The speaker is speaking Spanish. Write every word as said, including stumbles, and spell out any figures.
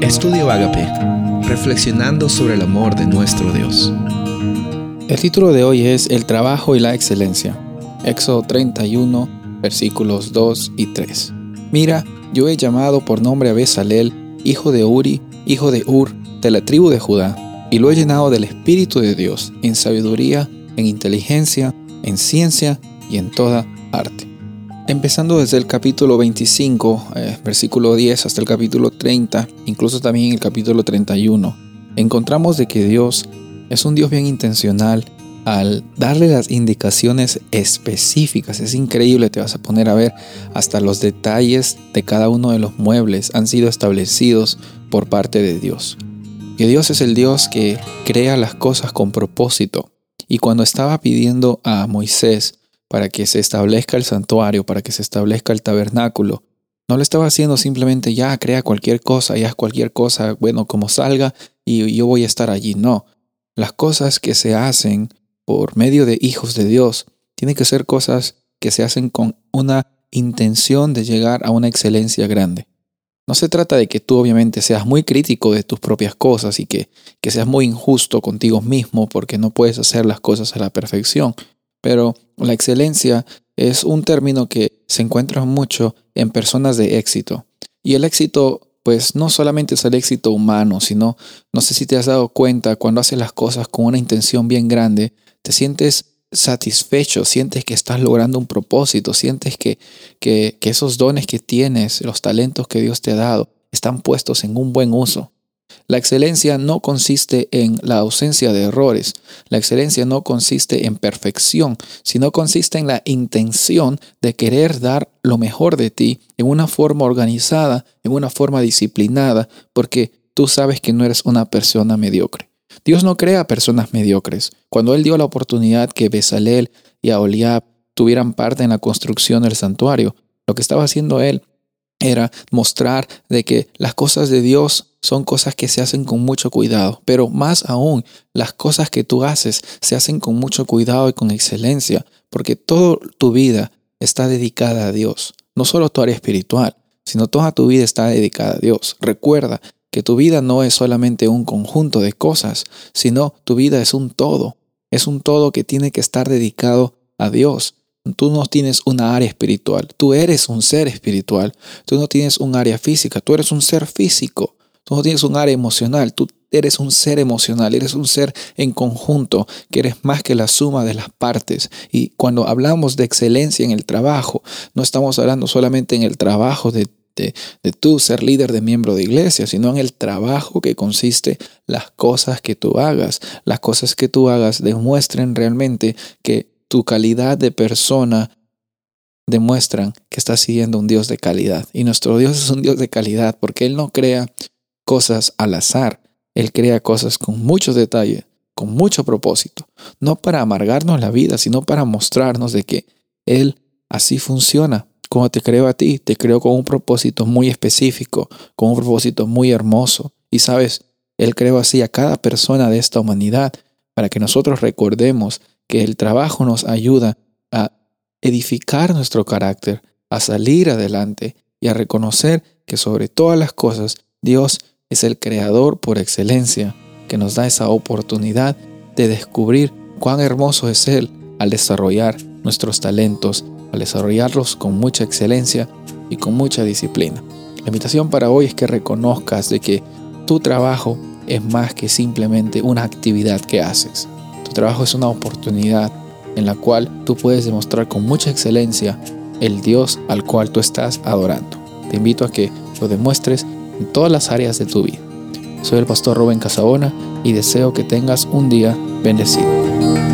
Estudio Ágape, reflexionando sobre el amor de nuestro Dios. El título de hoy es El trabajo y la excelencia. Éxodo treinta y uno, versículos dos y tres. Mira, yo he llamado por nombre a Bezalel, hijo de Uri, hijo de Hur, de la tribu de Judá, y lo he llenado del Espíritu de Dios, en sabiduría, en inteligencia, en ciencia y en toda arte. Empezando desde el capítulo veinticinco, eh, versículo diez, hasta el capítulo treinta, incluso también en el capítulo treinta y uno, encontramos de que Dios es un Dios bien intencional al darle las indicaciones específicas. Es increíble, te vas a poner a ver hasta los detalles de cada uno de los muebles han sido establecidos por parte de Dios. Que Dios es el Dios que crea las cosas con propósito. Y cuando estaba pidiendo a Moisés para que se establezca el santuario, para que se establezca el tabernáculo, no lo estaba haciendo simplemente ya crea cualquier cosa, ya haz cualquier cosa, bueno, como salga y yo voy a estar allí. No, las cosas que se hacen por medio de hijos de Dios tienen que ser cosas que se hacen con una intención de llegar a una excelencia grande. No se trata de que tú obviamente seas muy crítico de tus propias cosas y que, que seas muy injusto contigo mismo porque no puedes hacer las cosas a la perfección. Pero la excelencia es un término que se encuentra mucho en personas de éxito. Y el éxito, pues no solamente es el éxito humano, sino, no sé si te has dado cuenta, cuando haces las cosas con una intención bien grande, te sientes satisfecho, sientes que estás logrando un propósito, sientes que, que, que esos dones que tienes, los talentos que Dios te ha dado, están puestos en un buen uso. La excelencia no consiste en la ausencia de errores. La excelencia no consiste en perfección, sino consiste en la intención de querer dar lo mejor de ti en una forma organizada, en una forma disciplinada, porque tú sabes que no eres una persona mediocre. Dios no crea personas mediocres. Cuando Él dio la oportunidad que Bezalel y Aholiab tuvieran parte en la construcción del santuario, lo que estaba haciendo Él era mostrar de que las cosas de Dios son cosas que se hacen con mucho cuidado, pero más aún, las cosas que tú haces se hacen con mucho cuidado y con excelencia, porque toda tu vida está dedicada a Dios. No solo tu área espiritual, sino toda tu vida está dedicada a Dios. Recuerda que tu vida no es solamente un conjunto de cosas, sino tu vida es un todo. Es un todo que tiene que estar dedicado a Dios. Tú no tienes una área espiritual, tú eres un ser espiritual. Tú no tienes un área física, tú eres un ser físico. Tú no tienes un área emocional, tú eres un ser emocional, eres un ser en conjunto, que eres más que la suma de las partes. Y cuando hablamos de excelencia en el trabajo, no estamos hablando solamente en el trabajo de, de, de tú ser líder de miembro de iglesia, sino en el trabajo que consiste las cosas que tú hagas. Las cosas que tú hagas demuestren realmente que tu calidad de persona demuestran que estás siguiendo un Dios de calidad. Y nuestro Dios es un Dios de calidad porque Él no crea cosas al azar. Él crea cosas con mucho detalle, con mucho propósito. No para amargarnos la vida, sino para mostrarnos de que Él así funciona. Como te creó a ti, te creó con un propósito muy específico, con un propósito muy hermoso. Y sabes, Él creó así a cada persona de esta humanidad para que nosotros recordemos que el trabajo nos ayuda a edificar nuestro carácter, a salir adelante y a reconocer que sobre todas las cosas Dios es el creador por excelencia, que nos da esa oportunidad de descubrir cuán hermoso es Él al desarrollar nuestros talentos, al desarrollarlos con mucha excelencia y con mucha disciplina. La invitación para hoy es que reconozcas de que tu trabajo es más que simplemente una actividad que haces. Tu trabajo es una oportunidad en la cual tú puedes demostrar con mucha excelencia el Dios al cual tú estás adorando. Te invito a que lo demuestres en todas las áreas de tu vida. Soy el pastor Rubén Casabona y deseo que tengas un día bendecido.